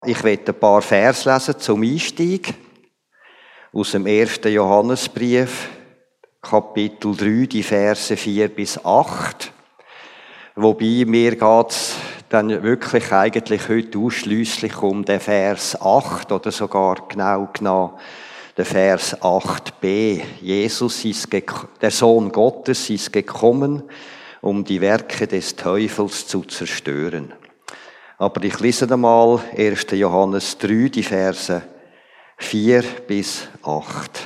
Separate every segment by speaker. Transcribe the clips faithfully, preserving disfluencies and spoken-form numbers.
Speaker 1: Ich werde ein paar Vers lesen zum Einstieg aus dem ersten Johannesbrief, Kapitel drei, die Verse vier bis acht. Wobei mir geht's dann wirklich eigentlich heute ausschliesslich um den Vers acht oder sogar genau genau den Vers acht b. Jesus ist der Sohn Gottes ist gekommen, um die Werke des Teufels zu zerstören. Aber ich lese einmal ersten Johannes drei, die Verse vier bis acht.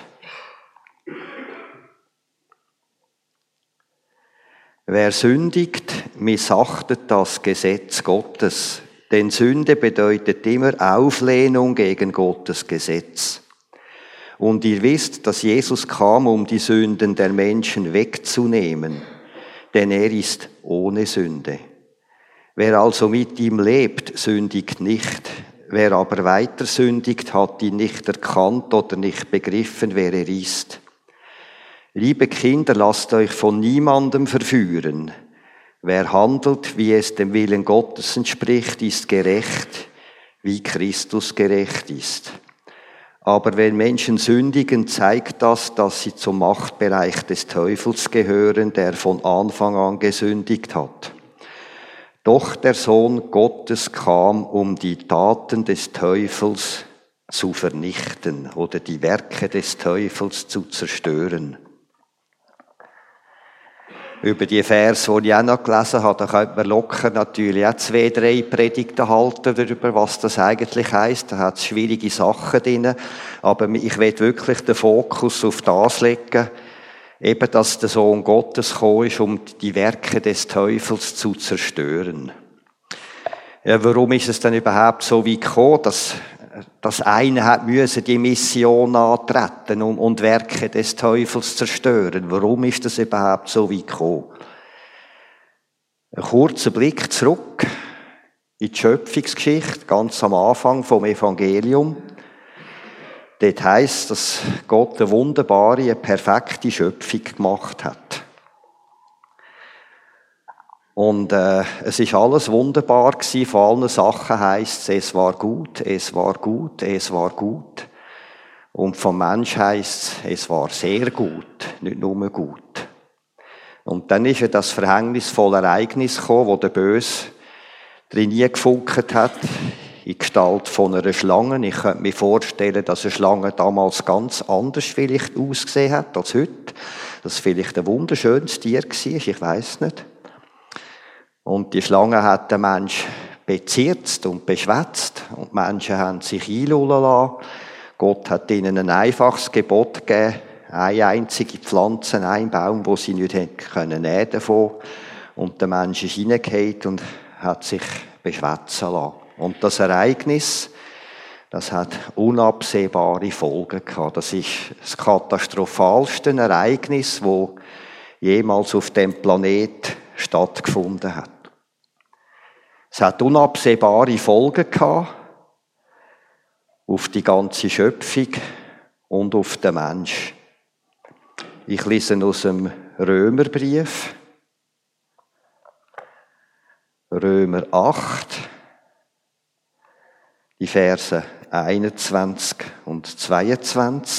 Speaker 1: Wer sündigt, missachtet das Gesetz Gottes, denn Sünde bedeutet immer Auflehnung gegen Gottes Gesetz. Und ihr wisst, dass Jesus kam, um die Sünden der Menschen wegzunehmen, denn er ist ohne Sünde. Wer also mit ihm lebt, sündigt nicht. Wer aber weiter sündigt, hat ihn nicht erkannt oder nicht begriffen, wer er ist. Liebe Kinder, lasst euch von niemandem verführen. Wer handelt, wie es dem Willen Gottes entspricht, ist gerecht, wie Christus gerecht ist. Aber wenn Menschen sündigen, zeigt das, dass sie zum Machtbereich des Teufels gehören, der von Anfang an gesündigt hat. Doch der Sohn Gottes kam, um die Taten des Teufels zu vernichten oder die Werke des Teufels zu zerstören. Über die Verse, die ich auch noch gelesen habe, da könnte man locker natürlich auch zwei, drei Predigten halten darüber, was das eigentlich heisst. Da hat es schwierige Sachen drin. Aber ich will wirklich den Fokus auf das legen, eben, dass der Sohn Gottes gekommen ist, um die Werke des Teufels zu zerstören. Ja, warum ist es denn überhaupt so weit gekommen, dass das eine hat müssen die Mission antreten und, und Werke des Teufels zerstören? Warum ist das überhaupt so weit gekommen? Ein kurzer Blick zurück in die Schöpfungsgeschichte, ganz am Anfang vom Evangelium. Dort heisst, dass Gott eine wunderbare, eine perfekte Schöpfung gemacht hat. Und äh, es ist alles wunderbar gewesen. Von allen Sachen heisst es, es war gut, es war gut, es war gut. Und vom Mensch heisst es, es war sehr gut, nicht nur gut. Und dann ist ja das verhängnisvolle Ereignis gekommen, wo der Böse drin nie gefunkt hat, in Gestalt von einer Schlange. Ich könnte mir vorstellen, dass eine Schlange damals ganz anders vielleicht ausgesehen hat als heute. Dass es vielleicht ein wunderschönes Tier war, ich weiss nicht. Und die Schlange hat den Mensch bezirzt und beschwätzt. Und die Menschen haben sich einlullen lassen. Gott hat ihnen ein einfaches Gebot gegeben. Eine einzige Pflanze, ein Baum, wo sie nicht hätten können nehmen davon. Und der Mensch ist reingefallen und hat sich beschwätzen lassen. Und das Ereignis, das hat unabsehbare Folgen gehabt. Das ist das katastrophalste Ereignis, das jemals auf dem Planet stattgefunden hat. Es hat unabsehbare Folgen gehabt auf die ganze Schöpfung und auf den Mensch. Ich lese aus dem Römerbrief, Römer acht, die Verse einundzwanzig und zweiundzwanzig.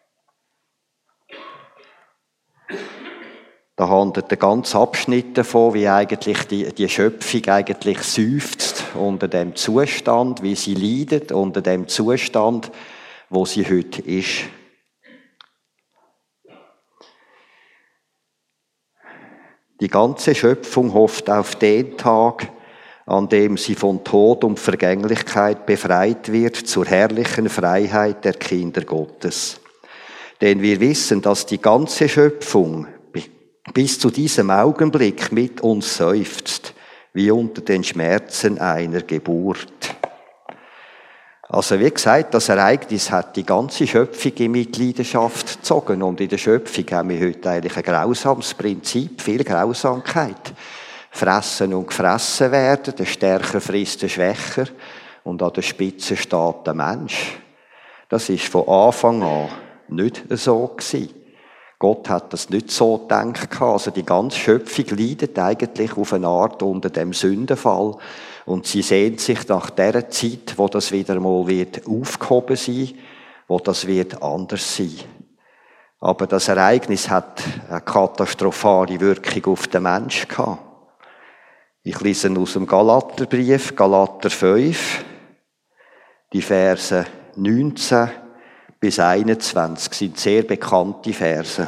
Speaker 1: Da handelt der ganze Abschnitt davon, wie eigentlich die, die Schöpfung eigentlich seufzt unter dem Zustand, wie sie leidet unter dem Zustand, wo sie heute ist. Die ganze Schöpfung hofft auf den Tag, an dem sie von Tod und Vergänglichkeit befreit wird zur herrlichen Freiheit der Kinder Gottes. Denn wir wissen, dass die ganze Schöpfung bis zu diesem Augenblick mit uns seufzt, wie unter den Schmerzen einer Geburt. Also wie gesagt, das Ereignis hat die ganze Schöpfung in Mitleidenschaft gezogen. Und in der Schöpfung haben wir heute eigentlich ein grausames Prinzip, viel Grausamkeit. Fressen und gefressen werden, der Stärker frisst den Schwächer und an der Spitze steht der Mensch. Das ist von Anfang an nicht so gewesen. Gott hat das nicht so gedacht. Also die ganze Schöpfung leidet eigentlich auf eine Art unter dem Sündenfall. Und sie sehnt sich nach der Zeit, wo das wieder mal wird aufgehoben sein, wo das wird anders sein. Aber das Ereignis hat eine katastrophale Wirkung auf den Menschen gehabt. Ich lese aus dem Galaterbrief, Galater fünf, die Verse neunzehn bis einundzwanzig sind sehr bekannte Verse.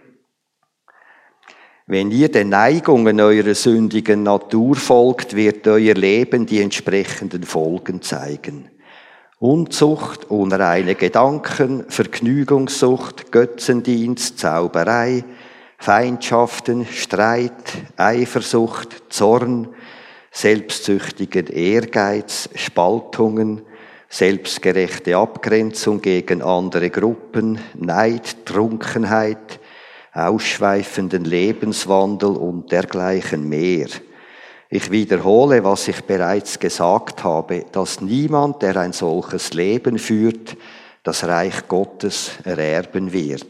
Speaker 1: Wenn ihr den Neigungen eurer sündigen Natur folgt, wird euer Leben die entsprechenden Folgen zeigen. Unzucht, unreine Gedanken, Vergnügungssucht, Götzendienst, Zauberei, Feindschaften, Streit, Eifersucht, Zorn, selbstsüchtiger Ehrgeiz, Spaltungen, selbstgerechte Abgrenzung gegen andere Gruppen, Neid, Trunkenheit, ausschweifenden Lebenswandel und dergleichen mehr. Ich wiederhole, was ich bereits gesagt habe, dass niemand, der ein solches Leben führt, das Reich Gottes ererben wird.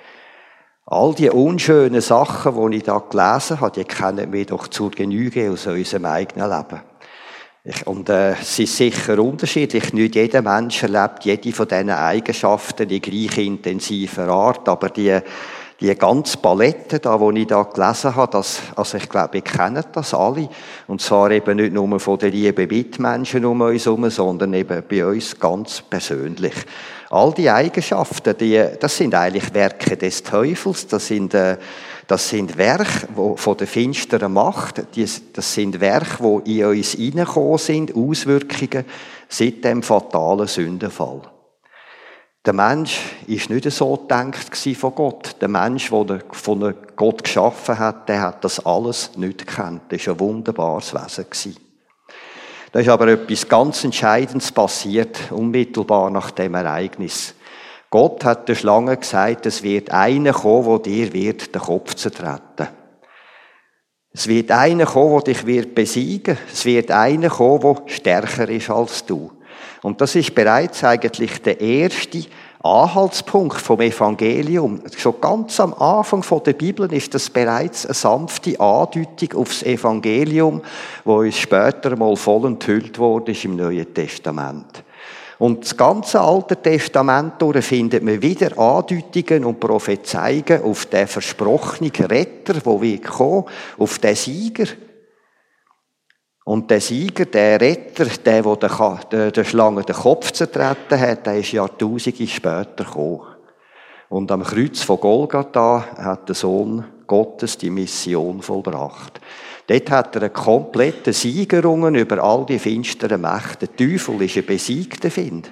Speaker 1: All die unschönen Sachen, die ich da gelesen habe, die kennen wir doch zur Genüge aus unserem eigenen Leben. Ich, und äh, es ist sicher unterschiedlich. Nicht jeder Mensch erlebt jede von diesen Eigenschaften in gleich intensiver Art, aber die Die ganze Palette, da, die ich da gelesen habe, das, also ich glaube, ihr kennt das alle. Und zwar eben nicht nur von den lieben Mitmenschen um uns herum, sondern eben bei uns ganz persönlich. All die Eigenschaften, die, das sind eigentlich Werke des Teufels, das sind, äh, das sind Werke wo, von der finsteren Macht, die, das sind Werke, die in uns hineingekommen sind, Auswirkungen seit dem fatalen Sündenfall. Der Mensch ist nicht so gedacht von Gott. Der Mensch, der von Gott geschaffen hat, der hat das alles nicht gekannt. Das war ein wunderbares Wesen. Da ist aber etwas ganz Entscheidendes passiert, unmittelbar nach dem Ereignis. Gott hat der Schlange gesagt, es wird einer kommen, der dir wird den Kopf zertreten. Es wird einer kommen, der dich wird besiegen. Es wird einer kommen, der stärker ist als du. Und das ist bereits eigentlich der erste Anhaltspunkt vom Evangelium. Schon ganz am Anfang der Bibel ist das bereits eine sanfte Andeutung aufs Evangelium, wo uns später mal voll enthüllt wurde im Neuen Testament. Und das ganze Alte Testament durch findet man wieder Andeutungen und Prophezeiungen auf den versprochenen Retter, der wird kommen, auf den Sieger. Und der Sieger, der Retter, der, der der Schlange den Kopf zertreten hat, der ist Jahrtausende später gekommen. Und am Kreuz von Golgatha hat der Sohn Gottes die Mission vollbracht. Dort hat er einen kompletten Sieg errungen über all die finsteren Mächte. Der Teufel ist ein besiegter Find.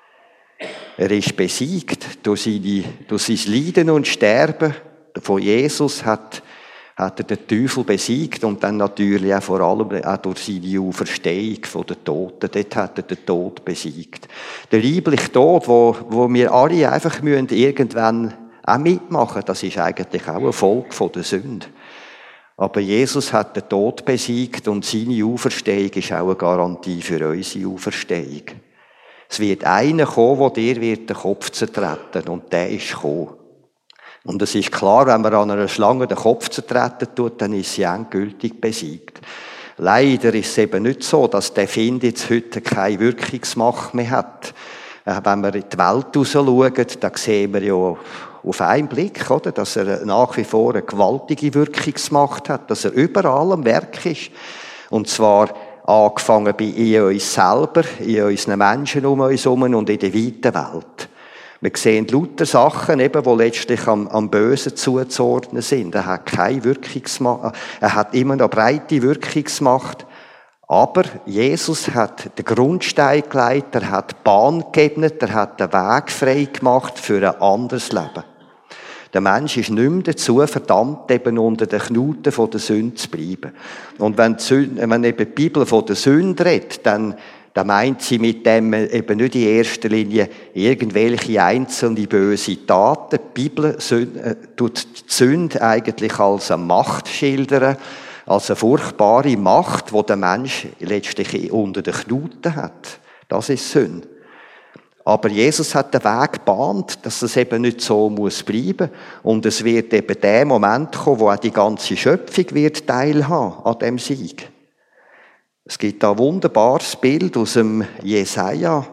Speaker 1: Er ist besiegt durch, seine, durch sein Leiden und Sterben. Von Jesus hat hat er den Teufel besiegt und dann natürlich auch vor allem auch durch seine Auferstehung von den Toten. Dort hat er den Tod besiegt. Der liebliche Tod, wo, wo wir alle einfach müssen irgendwann auch mitmachen, das ist eigentlich auch eine Folge von der Sünde. Aber Jesus hat den Tod besiegt und seine Auferstehung ist auch eine Garantie für unsere Auferstehung. Es wird einer kommen, der dir wird den Kopf zertreten und der ist gekommen. Und es ist klar, wenn man an einer Schlange den Kopf zertreten tut, dann ist sie endgültig besiegt. Leider ist es eben nicht so, dass der Find jetzt heute keine Wirkungsmacht mehr hat. Wenn wir in die Welt raus schauen, dann sehen wir ja auf einen Blick, oder, dass er nach wie vor eine gewaltige Wirkungsmacht hat, dass er überall am Werk ist. Und zwar angefangen bei in uns selber, in unseren Menschen um uns herum und in der weiten Welt. Wir sehen lauter Sachen, eben, die letztlich am, am Bösen zuzuordnen sind. Er hat keine Wirkungsmacht, er hat immer noch breite Wirkungsmacht. Aber Jesus hat den Grundstein gelegt, er hat Bahn geebnet, er hat den Weg frei gemacht für ein anderes Leben. Der Mensch ist nicht mehr dazu verdammt, eben unter den Knuten von der Sünde zu bleiben. Und wenn, die Sünde, wenn eben die Bibel von der Sünde redet, dann Da meint sie mit dem eben nicht in erster Linie irgendwelche einzelne böse Taten. Die Bibel tut die Sünde eigentlich als eine Macht schildern, als eine furchtbare Macht, die der Mensch letztlich unter den Knuten hat. Das ist Sünde. Aber Jesus hat den Weg gebahnt, dass es eben nicht so muss bleiben. Und es wird eben der Moment kommen, wo auch die ganze Schöpfung wird teilhaben an dem Sieg. Es gibt da ein wunderbares Bild aus dem Jesaja.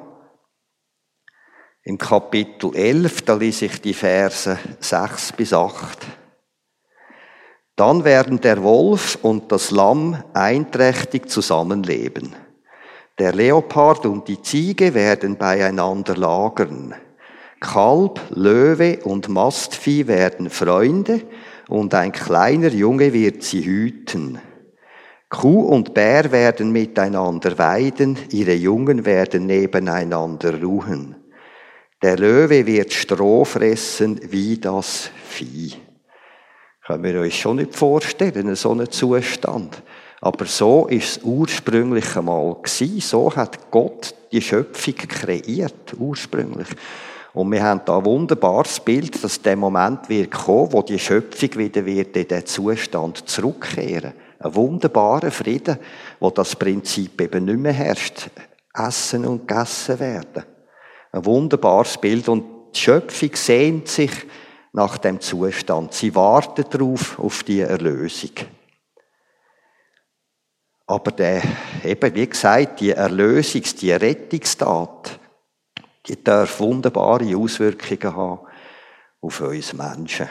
Speaker 1: Im Kapitel elf, da lese ich die Verse sechs bis acht. Dann werden der Wolf und das Lamm einträchtig zusammenleben. Der Leopard und die Ziege werden beieinander lagern. Kalb, Löwe und Mastvieh werden Freunde und ein kleiner Junge wird sie hüten. Kuh und Bär werden miteinander weiden, ihre Jungen werden nebeneinander ruhen. Der Löwe wird Stroh fressen wie das Vieh. Können wir uns schon nicht vorstellen, so einen Zustand. Aber so ist es ursprünglich einmal gewesen. So hat Gott die Schöpfung kreiert, ursprünglich. Und wir haben da ein wunderbares Bild, dass der Moment wird kommen, wo die Schöpfung wieder wird in den Zustand zurückkehren. Ein wunderbarer Frieden, wo das Prinzip eben nicht mehr herrscht. Essen und gegessen werden. Ein wunderbares Bild. Und die Schöpfung sehnt sich nach dem Zustand. Sie wartet darauf, auf die Erlösung. Aber der, eben, wie gesagt, die Erlösungs-, die Rettungstat, die darf wunderbare Auswirkungen haben auf uns Menschen.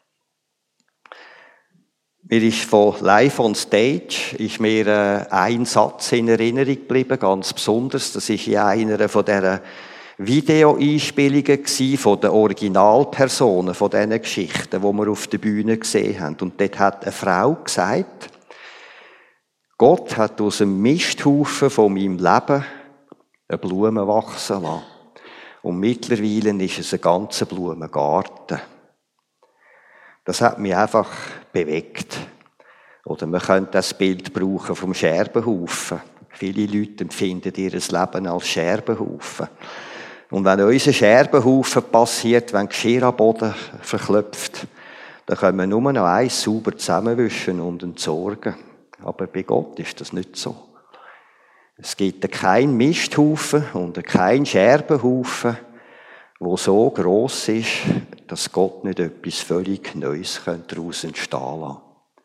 Speaker 1: Mir ist von Live on Stage ist mir äh, ein Satz in Erinnerung geblieben, ganz besonders. Das ist in einer von dieser Videoeinspielungen gsi von den Originalpersonen von diesen Geschichten, die wir auf der Bühne gesehen haben. Und dort hat eine Frau gesagt, Gott hat aus dem Misthaufen von meinem Leben eine Blume wachsen lassen. Und mittlerweile ist es ein ganzer Blumengarten. Das hat mich einfach bewegt. Oder man könnte das Bild brauchen vom Scherbenhaufen. Viele Leute empfinden ihr Leben als Scherbenhaufen. Und wenn unser Scherbenhaufen passiert, wenn Geschirr am Boden verklopft, dann können wir nur noch eins sauber zusammenwischen und entsorgen. Aber bei Gott ist das nicht so. Es gibt keinen Misthaufen und keinen Scherbenhaufen, wo so gross ist, dass Gott nicht etwas völlig Neues daraus entstehen lassen.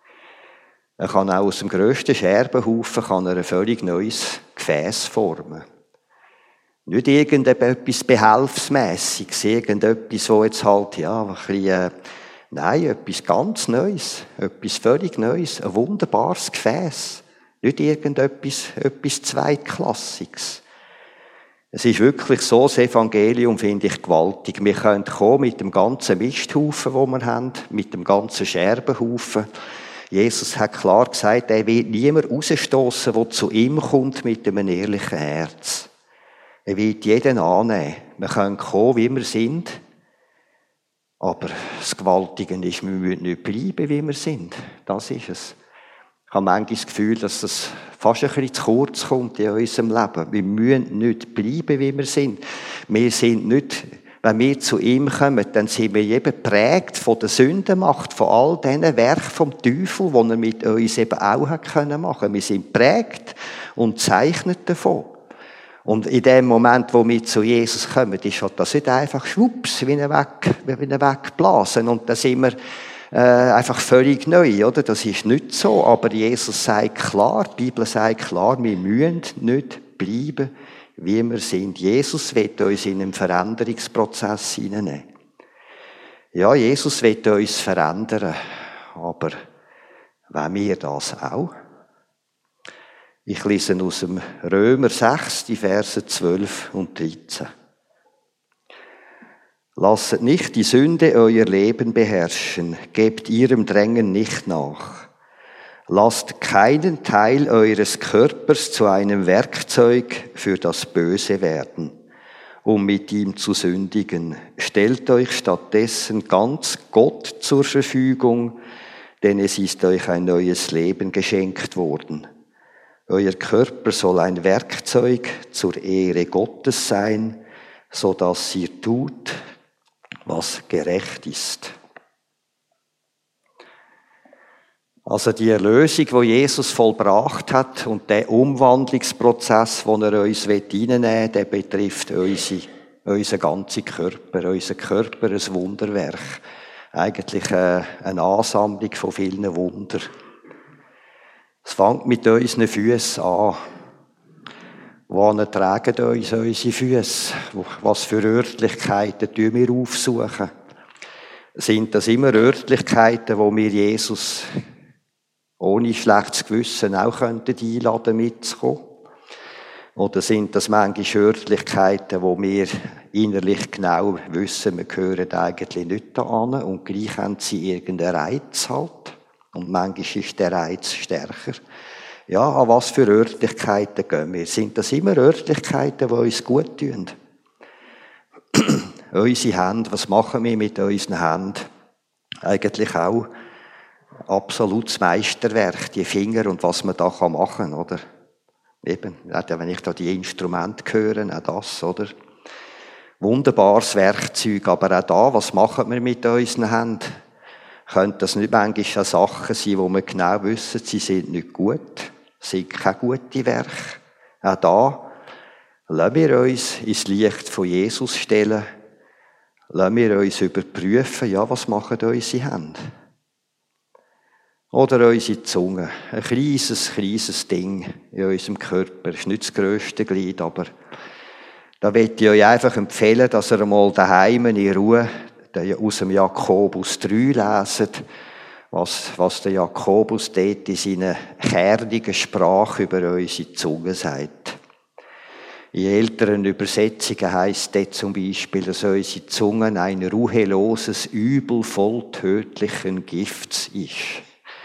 Speaker 1: Er kann auch aus dem grössten Scherbenhaufen kann er ein völlig neues Gefäß formen. Nicht irgendetwas Behelfsmässiges, irgendetwas, wo jetzt halt, ja, ein bisschen, äh, nein, etwas ganz Neues, etwas völlig Neues, ein wunderbares Gefäß. Nicht irgendetwas, etwas Zweitklassiges. Es ist wirklich so, das Evangelium finde ich gewaltig. Wir können kommen mit dem ganzen Misthaufen, den wir haben, mit dem ganzen Scherbenhaufen. Jesus hat klar gesagt, er wird niemand rausstoßen, der zu ihm kommt mit einem ehrlichen Herz. Er wird jeden annehmen. Wir können kommen, wie wir sind. Aber das Gewaltige ist, wir müssen nicht bleiben, wie wir sind. Das ist es. Ich habe manchmal das Gefühl, dass das fast ein bisschen zu kurz kommt in unserem Leben. Wir müssen nicht bleiben, wie wir sind. Wir sind nicht, wenn wir zu ihm kommen, dann sind wir eben geprägt von der Sündenmacht, von all diesen Werken vom Teufel, die er mit uns eben auch hat können machen. Wir sind geprägt und zeichnet davon. Und in dem Moment, wo wir zu Jesus kommen, ist das nicht einfach schwupps, wie ein Weg, wie ein Wegblasen. Und da sind wir äh, einfach völlig neu, oder? Das ist nicht so. Aber Jesus sagt klar, die Bibel sagt klar, wir müssen nicht bleiben, wie wir sind. Jesus will uns in einen Veränderungsprozess hineinnehmen. Ja, Jesus will uns verändern. Aber wollen wir das auch? Ich lese aus dem Römer sechs, die Verse zwölf und dreizehn. Lasset nicht die Sünde euer Leben beherrschen, gebt ihrem Drängen nicht nach. Lasst keinen Teil eures Körpers zu einem Werkzeug für das Böse werden, um mit ihm zu sündigen. Stellt euch stattdessen ganz Gott zur Verfügung, denn es ist euch ein neues Leben geschenkt worden. Euer Körper soll ein Werkzeug zur Ehre Gottes sein, so dass ihr tut, was gerecht ist. Also die Erlösung, die Jesus vollbracht hat und der Umwandlungsprozess, den er uns reinnehmen will, der betrifft unsere Unser ganzer Körper, unser Körper ein Wunderwerk. Eigentlich eine Ansammlung von vielen Wundern. Es fängt mit unseren Füßen an. Wohin tragen uns unsere Füsse? Was für Örtlichkeiten tun wir aufsuchen? Sind das immer Örtlichkeiten, wo wir Jesus ohne schlechtes Gewissen auch einladen könnten, mitzukommen? Oder sind das manchmal Örtlichkeiten, wo wir innerlich genau wissen, wir gehören eigentlich nicht da an und gleich haben sie irgendeinen Reiz halt. Und manchmal ist der Reiz stärker. Ja, an was für Örtlichkeiten gehen wir? Sind das immer Örtlichkeiten, die uns gut tun? Unsere Hände, was machen wir mit unseren Händen? Eigentlich auch absolutes Meisterwerk, die Finger und was man da machen kann, oder? Eben, wenn ich da die Instrumente höre, auch das, oder? Wunderbares Werkzeug, aber auch da, was machen wir mit unseren Händen? Könnte das nicht manchmal Sachen sein, wo wir genau wissen, sie sind nicht gut, sind keine guten Werke? Auch da, lassen wir uns ins Licht von Jesus stellen, lassen wir uns überprüfen, ja, was machen unsere Hände? Oder unsere Zunge. Ein kleines, kleines Ding in unserem Körper. Das ist nicht das grösste Glied, aber da möchte ich euch einfach empfehlen, dass ihr einmal daheim in Ruhe aus dem Jakobus drei leset, was, was der Jakobus dort in seiner kernigen Sprache über unsere Zunge sagt. In älteren Übersetzungen heisst dort zum Beispiel, dass unsere Zunge ein ruheloses Übel voll tödlichen Gifts ist.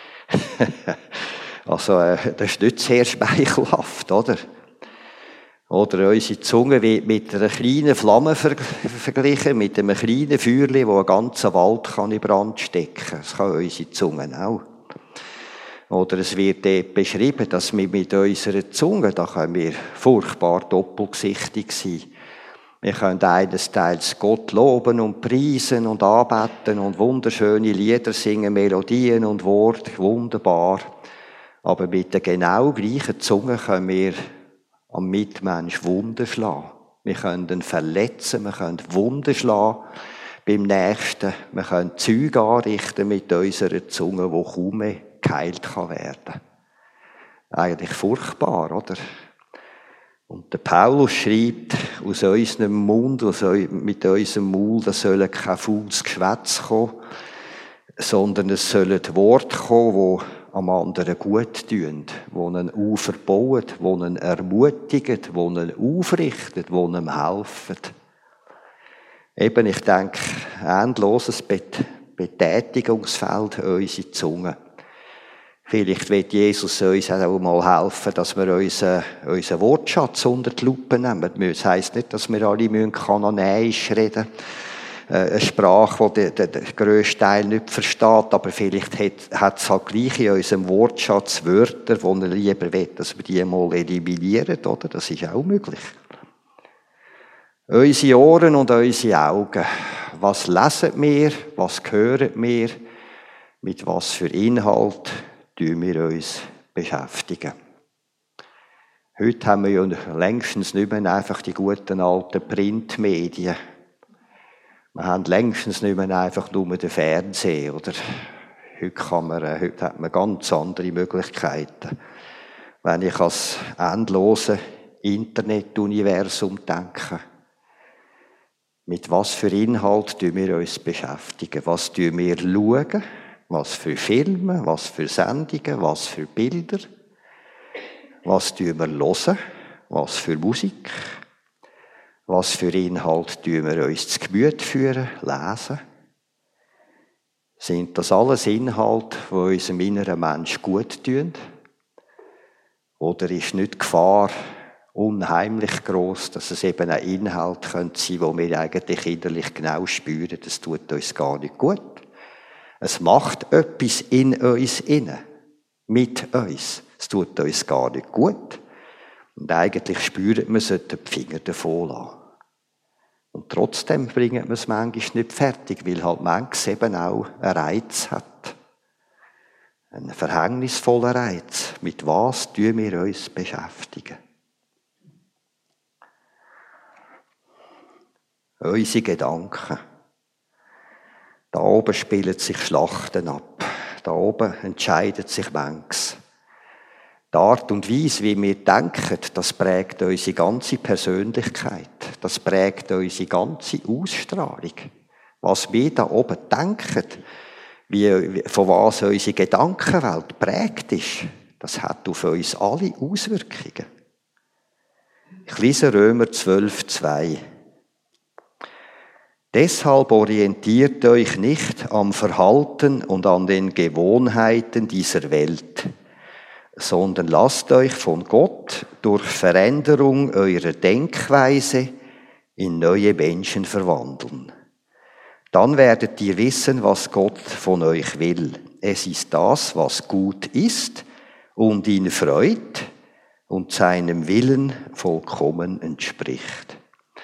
Speaker 1: Also, äh, das ist nicht sehr schmeichelhaft, oder? Oder unsere Zunge wird mit einer kleinen Flamme ver- verglichen, mit einem kleinen Feuerchen, das einen ganzen Wald kann in Brand stecken kann. Das kann unsere Zunge auch. Oder es wird dort beschrieben, dass wir mit unserer Zunge, da können wir furchtbar doppelgesichtig sein. Wir können einesteils Gott loben und preisen und anbeten und wunderschöne Lieder singen, Melodien und Worte, wunderbar. Aber mit der genau gleichen Zunge können wir am Mitmensch Wunden schlagen. Wir können ihn verletzen, wir können Wunden schlagen beim Nächsten. Wir können Züge anrichten mit unserer Zunge, die kaum mehr geheilt kann werden. Eigentlich furchtbar, oder? Und der Paulus schreibt, aus unserem Mund, aus, mit unserem Maul, da soll kein faules Geschwätz kommen, sondern es sollen Worte kommen, die am anderen gut tun, die ihn aufbauen, die ihn ermutigen, die ihn aufrichten, die ihm helfen. Eben, ich denke, ein endloses Betätigungsfeld unsere Zunge. Vielleicht wird Jesus uns auch mal helfen, dass wir unseren, unseren Wortschatz unter die Lupe nehmen. Das heisst nicht, dass wir alle Kananäisch reden müssen. Eine Sprache, die der, der, der grösste Teil nicht versteht, aber vielleicht hat, hat es halt gleich in unserem Wortschatz Wörter, die er lieber will, dass wir die mal eliminieren, oder? Das ist auch möglich. Unsere Ohren und unsere Augen. Was lesen wir? Was hören wir? Mit was für Inhalt tun wir uns beschäftigen? Heute haben wir ja längstens nicht mehr einfach die guten alten Printmedien. Wir haben längstens nicht mehr einfach nur den Fernseher, oder? Heute, kann man, heute hat man ganz andere Möglichkeiten. Wenn ich ans endlose Internetuniversum denke, mit was für Inhalt tun wir uns beschäftigen? Was tun wir schauen? Was für Filme? Was für Sendungen? Was für Bilder? Was tun wir hören? Was für Musik? Was für Inhalt tun wir uns zu Gemüte führen, lesen? Sind das alles Inhalte, die unserem inneren Mensch gut tun? Oder ist nicht die Gefahr unheimlich gross, dass es eben ein Inhalt könnte sein, wo wir eigentlich innerlich genau spüren, das tut uns gar nicht gut. Es macht etwas in uns inne, mit uns. Es tut uns gar nicht gut. Und eigentlich spüren wir, sollten die Finger davon lassen. Und trotzdem bringen wir es manchmal nicht fertig, weil halt manches eben auch einen Reiz hat. Einen verhängnisvollen Reiz. Mit was tun wir uns beschäftigen? unsere Gedanken. Da oben spielen sich Schlachten ab. Da oben entscheidet sich manches. Die Art und Weise, wie wir denken, das prägt unsere ganze Persönlichkeit. Das prägt unsere ganze Ausstrahlung. Was wir da oben denken, wie, von was unsere Gedankenwelt prägt ist, das hat auf uns alle Auswirkungen. Ich lese Römer zwölf, zwei. Deshalb orientiert euch nicht am Verhalten und an den Gewohnheiten dieser Welt, sondern lasst euch von Gott durch Veränderung eurer Denkweise in neue Menschen verwandeln. Dann werdet ihr wissen, was Gott von euch will. Es ist das, was gut ist und ihn freut und seinem Willen vollkommen entspricht.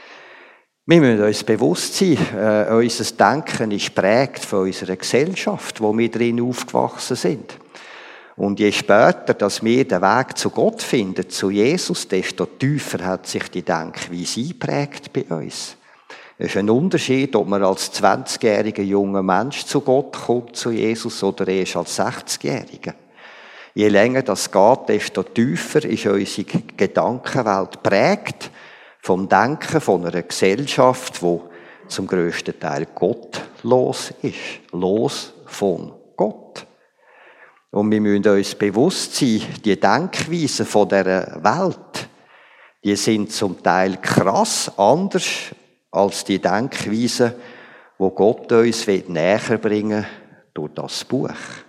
Speaker 1: Wir müssen uns bewusst sein, äh, unser Denken ist prägt von unserer Gesellschaft, wo wir drin aufgewachsen sind. Und je später, dass wir den Weg zu Gott finden, zu Jesus, desto tiefer hat sich die Denkweise eingeprägt bei uns. Es ist ein Unterschied, ob man als zwanzigjähriger junger Mensch zu Gott kommt, zu Jesus, oder erst als sechzigjähriger. Je länger das geht, desto tiefer ist unsere Gedankenwelt prägt vom Denken von einer Gesellschaft, die zum grössten Teil gottlos ist. Los von Gott. Und wir müssen uns bewusst sein, die Denkweisen von dieser Welt, die sind zum Teil krass anders als die Denkweisen, die Gott uns näher bringen will durch das Buch.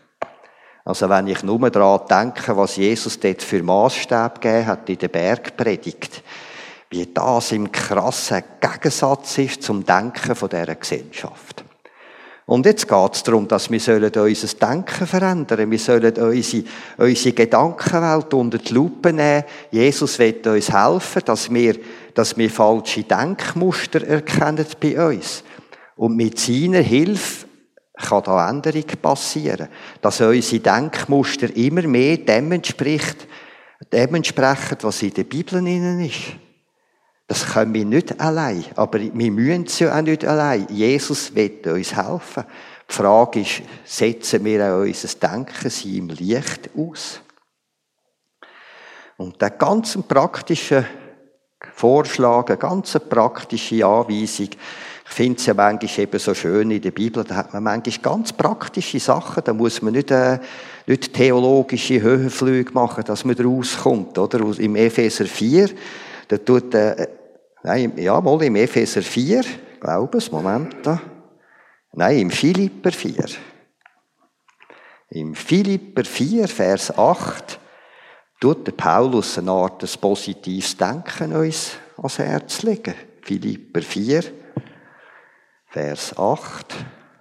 Speaker 1: Also wenn ich nur daran denke, was Jesus dort für Maßstäbe gegeben hat in der Bergpredigt, wie das im krassen Gegensatz ist zum Denken von dieser Gesellschaft. Und jetzt geht es darum, dass wir unser Denken verändern. Wir sollen unsere, unsere Gedankenwelt unter die Lupe nehmen. Jesus will uns helfen, dass wir, dass wir falsche Denkmuster erkennen bei uns. Und mit seiner Hilfe kann da Änderung passieren. Dass unsere Denkmuster immer mehr dem entspricht, dem entsprechen, was in der Bibel drin ist. Das können wir nicht allein, aber wir müssen es ja auch nicht allein. Jesus will uns helfen. Die Frage ist, setzen wir auch unser Denken seinem Licht aus? Und der ganz praktische Vorschlag, eine ganz praktische Anweisung, ich finde es ja manchmal eben so schön in der Bibel, da hat man manchmal ganz praktische Sachen, da muss man nicht, äh, nicht theologische Höhenflüge machen, dass man daraus kommt, oder? Im Epheser vier, da tut, äh, nein, ja, mal im Epheser vier, glaube ich, Moment da. Nein, im Philipper vier. Im Philipper vier, Vers acht, tut der Paulus eine Art des positives Denken uns ans Herz legen. Philipper vier, Vers acht.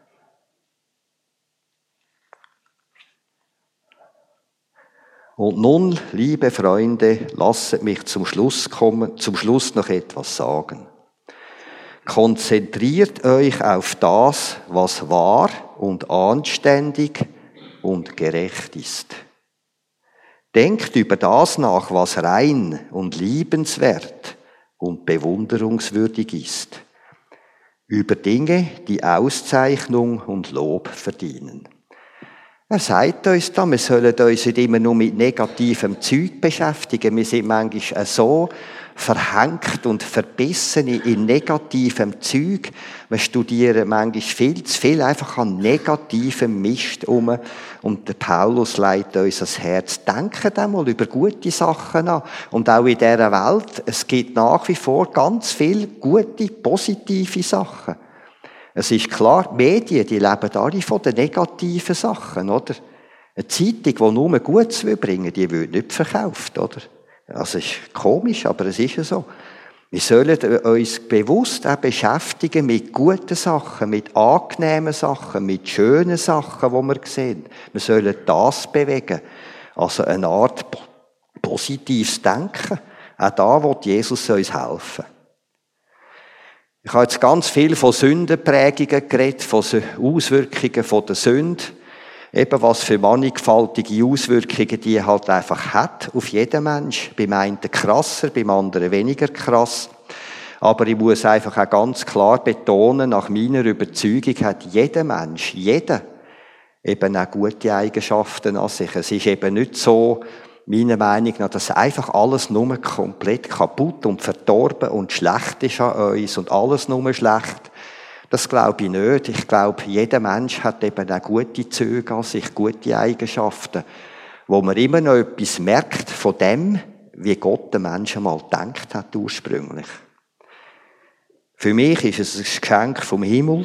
Speaker 1: Und nun, liebe Freunde, lasset mich zum Schluss kommen, zum Schluss noch etwas sagen. Konzentriert euch auf das, was wahr und anständig und gerecht ist. Denkt über das nach, was rein und liebenswert und bewunderungswürdig ist. Über Dinge, die Auszeichnung und Lob verdienen. Er sagt uns da, wir sollen uns nicht immer nur mit negativem Zeug beschäftigen. Wir sind manchmal so verhängt und verbissen in negativem Zeug. Wir studieren manchmal viel zu viel einfach an negativem Mist um. Und der Paulus leitet uns ans Herz. Denken einmal über gute Sachen an. Und auch in dieser Welt, es gibt nach wie vor ganz viele gute, positive Sachen. Es ist klar, die Medien, die leben alle von den negativen Sachen, oder? Eine Zeitung, die nur Gutes bringen will, die wird nicht verkauft, oder? Also, es ist komisch, aber es ist ja so. Wir sollen uns bewusst auch beschäftigen mit guten Sachen, mit angenehmen Sachen, mit schönen Sachen, die wir sehen. Wir sollen das bewegen. Also eine Art positives Denken. Auch da will Jesus uns helfen. Ich habe jetzt ganz viel von Sündenprägungen geredet, von Auswirkungen von der Sünde. Eben was für mannigfaltige Auswirkungen die halt einfach hat auf jeden Mensch. Beim einen krasser, beim anderen weniger krass. Aber ich muss einfach auch ganz klar betonen, nach meiner Überzeugung hat jeder Mensch, jeder, eben auch gute Eigenschaften an sich. Es ist eben nicht so, meiner Meinung nach, dass einfach alles nur komplett kaputt und verdorben und schlecht ist an uns und alles nur schlecht. Das glaube ich nicht. Ich glaube, jeder Mensch hat eben auch gute Züge an sich, gute Eigenschaften, wo man immer noch etwas merkt von dem, wie Gott den Menschen mal gedacht hat ursprünglich. Für mich ist es ein Geschenk vom Himmel,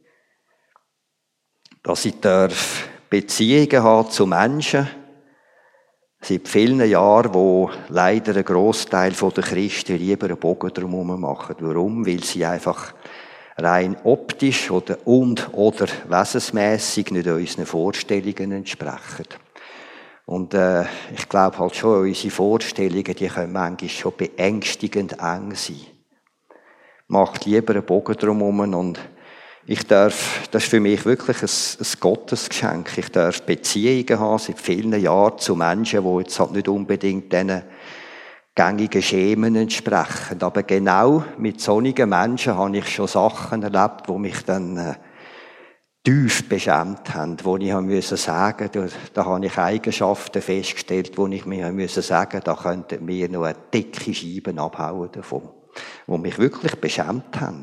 Speaker 1: dass ich darf Beziehungen haben zu Menschen, seit vielen Jahren, wo leider ein Grossteil der Christen lieber einen Bogen drumherum machen. Warum? Weil sie einfach rein optisch oder und oder wesensmässig nicht unseren Vorstellungen entsprechen. Und äh, ich glaube halt schon, unsere Vorstellungen, die können manchmal schon beängstigend eng sein. Macht lieber einen Bogen drumherum und ich darf, das ist für mich wirklich ein, ein Gottesgeschenk. Ich darf Beziehungen haben seit vielen Jahren zu Menschen, die jetzt halt nicht unbedingt diesen gängigen Schemen entsprechen. Aber genau mit solchen Menschen habe ich schon Sachen erlebt, die mich dann äh, tief beschämt haben, wo ich haben müssen sagen, da, da habe ich Eigenschaften festgestellt, wo ich mir haben müssen sagen, da könnten mir noch eine dicke Scheiben abhauen davon, die mich wirklich beschämt haben.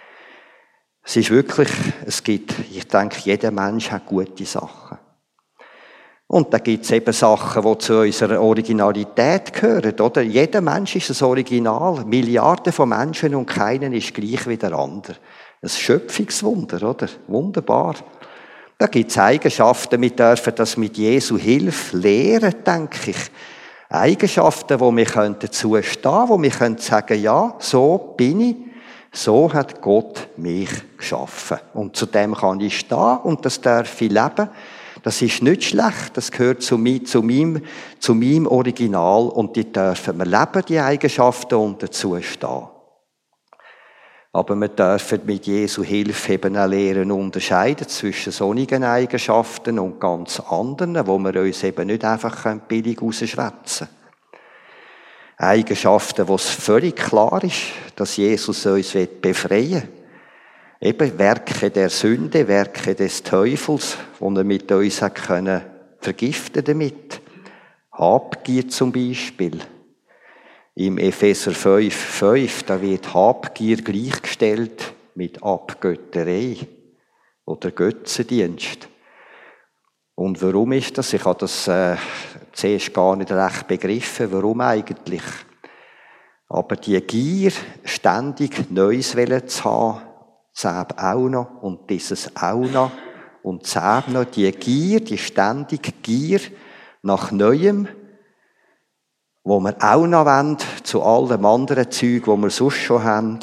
Speaker 1: Es ist wirklich, es gibt, ich denke, jeder Mensch hat gute Sachen. Und da gibt es eben Sachen, die zu unserer Originalität gehören, oder? Jeder Mensch ist ein Original. Milliarden von Menschen und keiner ist gleich wie der andere. Ein Schöpfungswunder, oder? Wunderbar. Da gibt es Eigenschaften, wir dürfen das mit Jesu Hilfe lehren, denke ich. Eigenschaften, wo wir dazu stehen können, wo wir können sagen, ja, so bin ich. So hat Gott mich geschaffen. Und zu dem kann ich stehen und das darf ich leben. Das ist nicht schlecht, das gehört zu, mir, zu, meinem, zu meinem Original und die dürfen wir leben, die Eigenschaften, und dazu stehen. Aber wir dürfen mit Jesu Hilfe eben auch lernen, unterscheiden zwischen solchen Eigenschaften und ganz anderen, wo wir uns eben nicht einfach billig rausschwätzen können. Eigenschaften, wo es völlig klar ist, dass Jesus uns befreien will. Eben Werke der Sünde, Werke des Teufels, die er mit uns hat können vergiften damit. Habgier zum Beispiel. Im Epheser fünf, fünf, da wird Habgier gleichgestellt mit Abgötterei oder Götzendienst. Und warum ist das? Ich habe das äh, zuerst gar nicht recht begriffen. Warum eigentlich? Aber die Gier, ständig Neues zu haben, Zäb auch noch und dieses auch noch und Zäb noch, die Gier, die ständige Gier nach Neuem, wo wir auch noch wollen, zu allem anderen Zeug, wo wir sonst schon haben.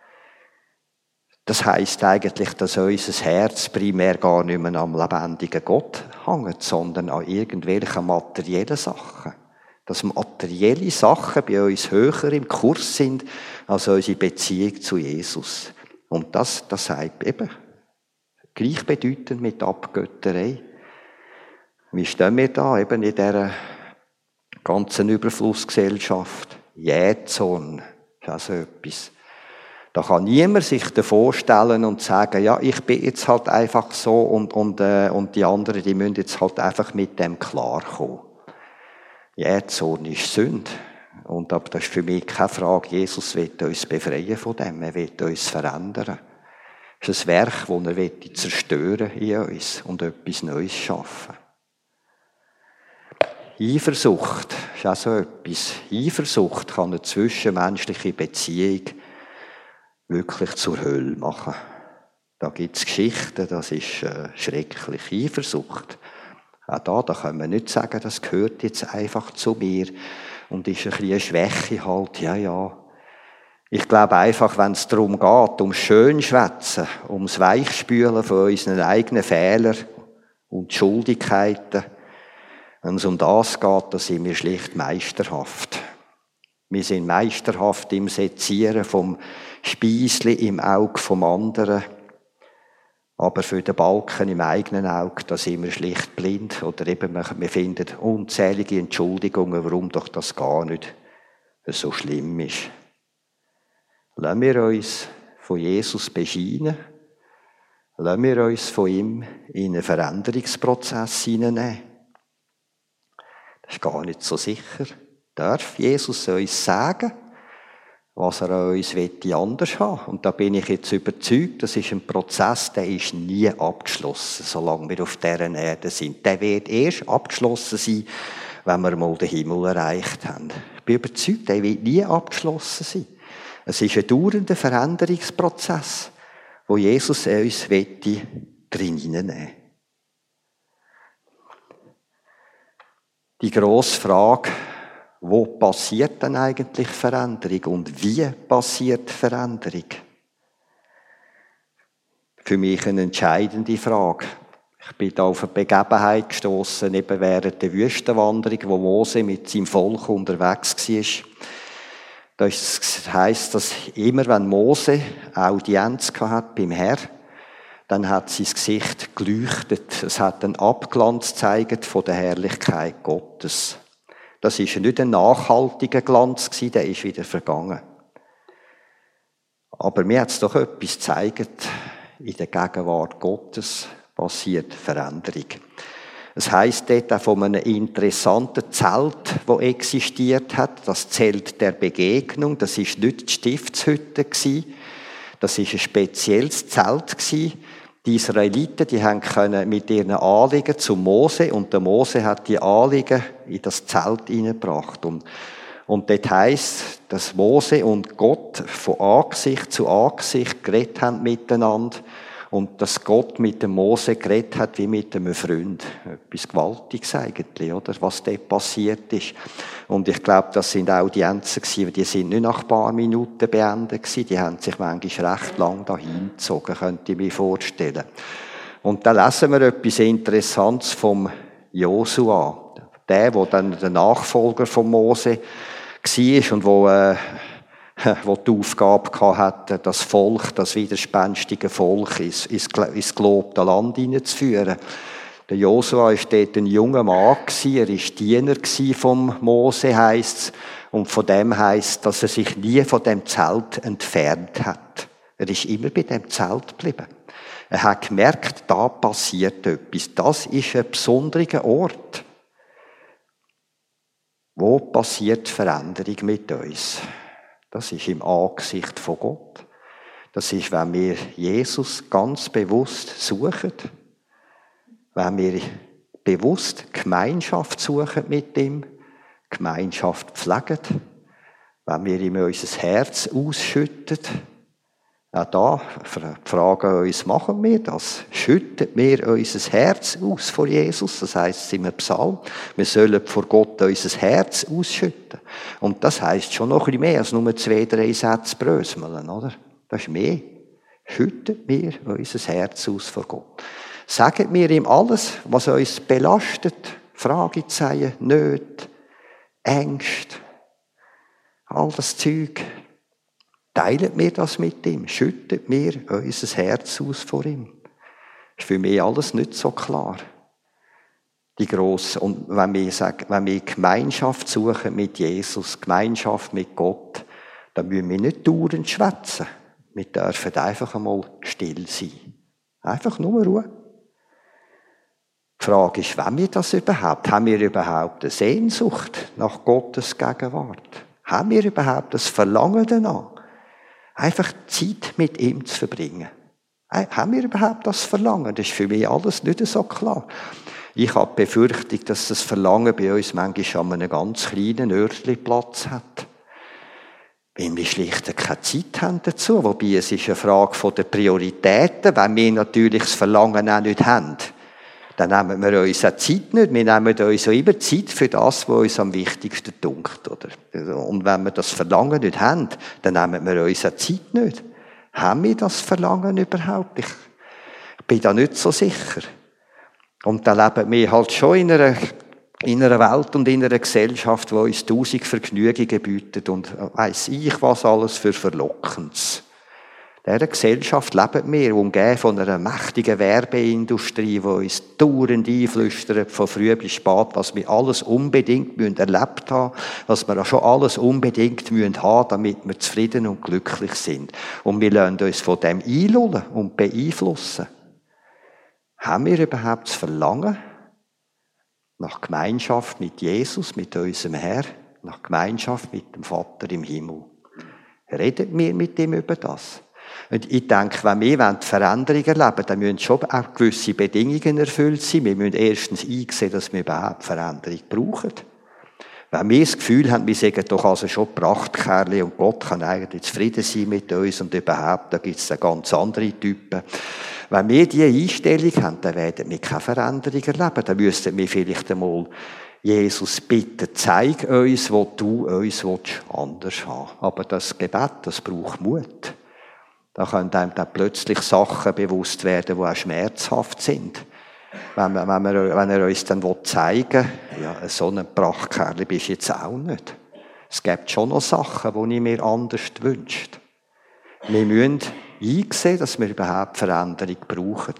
Speaker 1: Das heisst eigentlich, dass unser Herz primär gar nicht mehr am lebendigen Gott hängt, sondern an irgendwelchen materiellen Sachen. Dass materielle Sachen bei uns höher im Kurs sind als unsere Beziehung zu Jesus. Und das, das sagt eben gleichbedeutend mit Abgötterei. Wie stehen wir da eben in dieser ganzen Überflussgesellschaft? Jähzorn, ist auch so etwas. Da kann niemand sich da vorstellen und sagen, ja, ich bin jetzt halt einfach so und, und, äh, und die anderen, die müssen jetzt halt einfach mit dem klarkommen. Jähzorn ist Sünde. Und aber das ist für mich keine Frage. Jesus will uns befreien von dem. Er will uns verändern. Es ist ein Werk, das er will zerstören in uns und etwas Neues schaffen. Eifersucht ist auch so etwas. Eifersucht kann eine zwischenmenschliche Beziehung wirklich zur Hölle machen. Da gibt es Geschichten, das ist äh, schrecklich. Eifersucht. Auch da, da können wir nicht sagen, das gehört jetzt einfach zu mir und ist ein bisschen eine Schwäche halt, ja, ja. Ich glaube einfach, wenn es darum geht, um Schönschwätzen, ums Weichspülen von unseren eigenen Fehlern und Schuldigkeiten, wenn es um das geht, dann sind wir schlicht meisterhaft. Wir sind meisterhaft im Sezieren vom Speisli im Auge vom anderen. Aber für den Balken im eigenen Auge, da sind wir schlicht blind. Oder eben, wir finden unzählige Entschuldigungen, warum doch das gar nicht so schlimm ist. Lassen wir uns von Jesus bescheinen. Lassen wir uns von ihm in einen Veränderungsprozess hineinnehmen. Das ist gar nicht so sicher. Darf Jesus uns sagen, was er an uns anders haben will? Und da bin ich jetzt überzeugt, das ist ein Prozess, der ist nie abgeschlossen, solange wir auf dieser Erde sind. Der wird erst abgeschlossen sein, wenn wir mal den Himmel erreicht haben. Ich bin überzeugt, der wird nie abgeschlossen sein. Es ist ein dauernder Veränderungsprozess, wo Jesus uns drin hineinnehmen. Die grosse Frage, wo passiert denn eigentlich Veränderung und wie passiert Veränderung? Für mich eine entscheidende Frage. Ich bin da auf eine Begebenheit gestossen, eben während der Wüstenwanderung, wo Mose mit seinem Volk unterwegs war. Da heisst, dass immer wenn Mose Audienz hatte beim Herrn, dann hat sein Gesicht geleuchtet. Es hat einen Abglanz gezeigt von der Herrlichkeit Gottes. Das war nicht ein nachhaltiger Glanz, der ist wieder vergangen. Aber mir hat es doch etwas gezeigt, in der Gegenwart Gottes passiert Veränderung. Es heisst dort auch von einem interessanten Zelt, das existiert hat, das Zelt der Begegnung. Das war nicht die Stiftshütte, das war ein spezielles Zelt. Die Israeliten, die haben können mit ihren Anliegen zu Mose, und der Mose hat die Anliegen in das Zelt hineingebracht. Und, und dort heisst, dass Mose und Gott von Angesicht zu Angesicht geredet haben miteinander und dass Gott mit dem Mose geredet hat wie mit einem Freund. Etwas Gewaltiges eigentlich, oder? Was dort passiert ist. Und ich glaube, das sind Audienzen gewesen, die sind nicht nach ein paar Minuten beendet gewesen. Die haben sich manchmal recht lang dahin gezogen, könnte ich mir vorstellen. Und da lesen wir etwas Interessantes vom Josua. Der, der dann der Nachfolger von Mose war und wo, äh, wo die Aufgabe hatte, das Volk, das widerspenstige Volk ins, ins, ins gelobte Land hineinzuführen. Der Josua war dort ein junger Mann, er war Diener vom Mose, heisst es. Und von dem heisst, dass er sich nie von dem Zelt entfernt hat. Er ist immer bei dem Zelt geblieben. Er hat gemerkt, da passiert etwas. Das ist ein besonderer Ort. Wo passiert Veränderung mit uns? Das ist im Angesicht von Gott. Das ist, wenn wir Jesus ganz bewusst suchen. Wenn wir bewusst Gemeinschaft suchen mit ihm, Gemeinschaft pflegen, wenn wir ihm unser Herz ausschütten. Auch da fragen wir uns, machen wir das? Schütten wir unser Herz aus vor Jesus? Das heisst es im Psalm. Wir sollen vor Gott unser Herz ausschütten. Und das heisst schon noch ein bisschen mehr als nur zwei, drei Sätze bröseln, oder? Das ist mehr. Schütten wir unser Herz aus vor Gott. Sagen wir ihm alles, was uns belastet. Fragezeichen, Nöte, Ängste, all das Zeug. Teilen wir das mit ihm, schütten wir unser Herz aus vor ihm. Das ist für mich alles nicht so klar. Die grosse, und wenn wir sagen, wenn wir Gemeinschaft suchen mit Jesus, Gemeinschaft mit Gott, dann müssen wir nicht dauernd schwätzen. Wir dürfen einfach einmal still sein. Einfach nur Ruhe. Die Frage ist, wollen wir das überhaupt? Haben wir überhaupt eine Sehnsucht nach Gottes Gegenwart? Haben wir überhaupt das Verlangen danach? Einfach Zeit mit ihm zu verbringen. Haben wir überhaupt das Verlangen? Das ist für mich alles nicht so klar. Ich habe die Befürchtung, dass das Verlangen bei uns manchmal an einem ganz kleinen Örtchen Platz hat. Weil wir schlicht keine Zeit haben dazu. Wobei es ist eine Frage der Prioritäten. Wenn wir natürlich das Verlangen auch nicht haben, dann nehmen wir uns auch Zeit nicht. Wir nehmen uns auch immer Zeit für das, was uns am wichtigsten dunkt, oder? Und wenn wir das Verlangen nicht haben, dann nehmen wir uns auch Zeit nicht. Haben wir das Verlangen überhaupt? Ich bin da nicht so sicher. Und dann leben wir halt schon in einer, in einer Welt und in einer Gesellschaft, die uns tausend Vergnügungen bietet und weiss ich was alles für Verlockendes. In dieser Gesellschaft leben wir, umgeben von einer mächtigen Werbeindustrie, die uns dauernd einflüstert, von früh bis spät, was wir alles unbedingt erlebt haben, was wir auch schon alles unbedingt haben müssen, damit wir zufrieden und glücklich sind. Und wir lassen uns von dem einlullen und beeinflussen. Haben wir überhaupt das Verlangen nach Gemeinschaft mit Jesus, mit unserem Herr, nach Gemeinschaft mit dem Vater im Himmel? Reden wir mit ihm über das? Und ich denke, wenn wir Veränderungen erleben, dann müssen schon auch gewisse Bedingungen erfüllt sein. Wir müssen erstens einsehen, dass wir überhaupt Veränderung brauchen. Wenn wir das Gefühl haben, wir sagen doch also schon Prachtkerle und Gott kann eigentlich zufrieden sein mit uns und überhaupt, da gibt es ganz andere Typen. Wenn wir diese Einstellung haben, dann werden wir keine Veränderung erleben. Dann müssten wir vielleicht einmal Jesus bitten, zeig uns, wo du uns anders haben willst. Aber das Gebet, das braucht Mut. Da können einem dann plötzlich Sachen bewusst werden, die auch schmerzhaft sind. Wenn, wir, wenn, wir, wenn er uns dann zeigen will, ja, so ein Prachtkerl bist du jetzt auch nicht. Es gibt schon noch Sachen, die ich mir anders wünsche. Wir müssen einsehen, dass wir überhaupt Veränderung brauchen.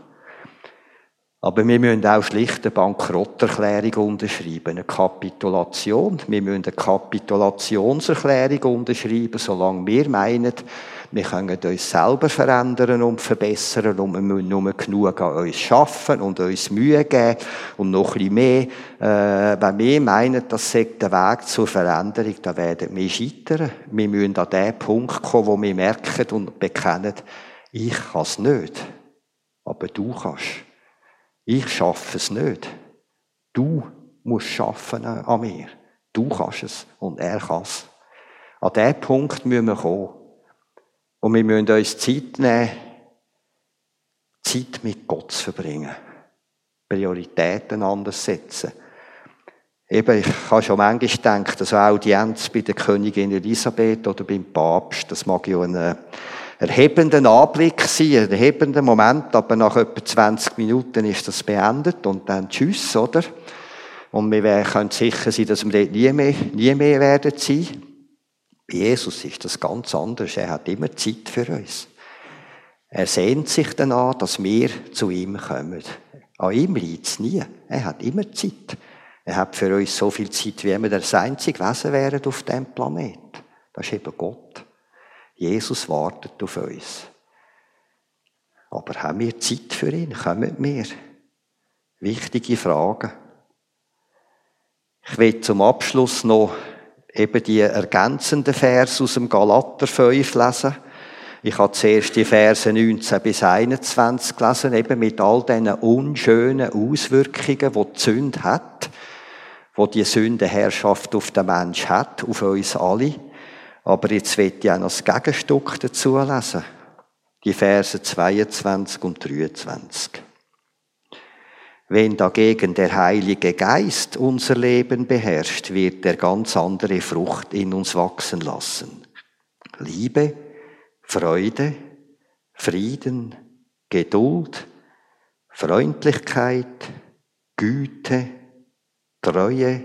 Speaker 1: Aber wir müssen auch schlicht eine Bankrotterklärung unterschreiben, eine Kapitulation. Wir müssen eine Kapitulationserklärung unterschreiben, solange wir meinen, wir können uns selber verändern und verbessern und wir müssen nur genug an uns arbeiten und uns Mühe geben und noch ein bisschen mehr. Äh, wenn wir meinen, das sei der Weg zur Veränderung, dann werden wir scheitern. Wir müssen an den Punkt kommen, wo wir merken und bekennen, ich kann es nicht, aber du kannst. Ich schaffe es nicht. Du musst schaffen an mir. Du kannst es und er kann es. An diesen Punkt müssen wir kommen. Und wir müssen uns Zeit nehmen, Zeit mit Gott zu verbringen. Prioritäten anders setzen. Eben, ich habe schon manchmal gedacht, dass eine Audienz bei der Königin Elisabeth oder beim Papst, das mag ja ein erhebender Anblick sein, ein erhebender Moment, aber nach etwa zwanzig Minuten ist das beendet und dann tschüss, oder? Und wir können sicher sein, dass wir dort nie mehr, nie mehr werden sein. Bei Jesus ist das ganz anders. Er hat immer Zeit für uns. Er sehnt sich danach, dass wir zu ihm kommen. An ihm liegt es nie. Er hat immer Zeit. Er hat für uns so viel Zeit, wie wir das einzige Wesen wären auf diesem Planeten. Das ist eben Gott. Jesus wartet auf uns. Aber haben wir Zeit für ihn? Kommen wir? Wichtige Fragen. Ich will zum Abschluss noch eben die ergänzenden Verse aus dem Galater fünf lesen. Ich habe zuerst die Verse neunzehn bis einundzwanzig gelesen, eben mit all diesen unschönen Auswirkungen, die die Sünde hat, die die Sündenherrschaft auf den Menschen hat, auf uns alle. Aber jetzt will ich auch noch das Gegenstück dazu lesen. Die Verse zweiundzwanzig und dreiundzwanzig. Wenn dagegen der Heilige Geist unser Leben beherrscht, wird er ganz andere Frucht in uns wachsen lassen. Liebe, Freude, Frieden, Geduld, Freundlichkeit, Güte, Treue,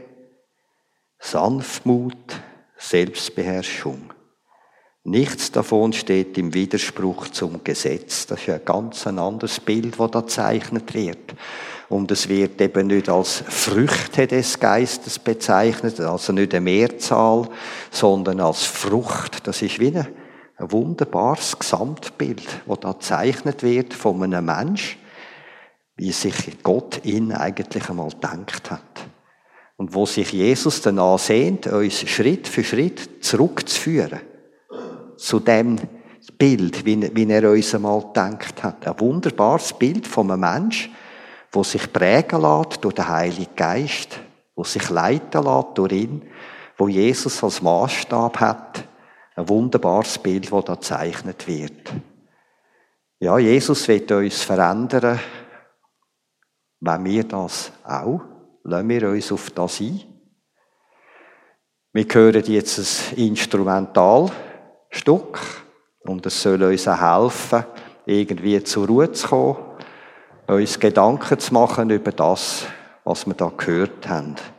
Speaker 1: Sanftmut, Selbstbeherrschung. Nichts davon steht im Widerspruch zum Gesetz. Das ist ein ganz anderes Bild, das da gezeichnet wird. Und es wird eben nicht als Früchte des Geistes bezeichnet, also nicht eine Mehrzahl, sondern als Frucht. Das ist wie ein, ein wunderbares Gesamtbild, das da gezeichnet wird von einem Menschen, wie sich Gott ihn eigentlich einmal gedacht hat. Und wo sich Jesus danach sehnt, uns Schritt für Schritt zurückzuführen zu dem Bild, wie, wie er uns einmal gedacht hat. Ein wunderbares Bild von einem Menschen, der sich prägen lässt durch den Heiligen Geist, der sich leiten lässt durch ihn, wo Jesus als Maßstab hat. Ein wunderbares Bild, das da gezeichnet wird. Ja, Jesus will uns verändern, wenn wir das auch. Lassen wir uns auf das ein. Wir hören jetzt ein Instrumentalstück und es soll uns auch helfen, irgendwie zur Ruhe zu kommen, uns Gedanken zu machen über das, was wir da gehört haben.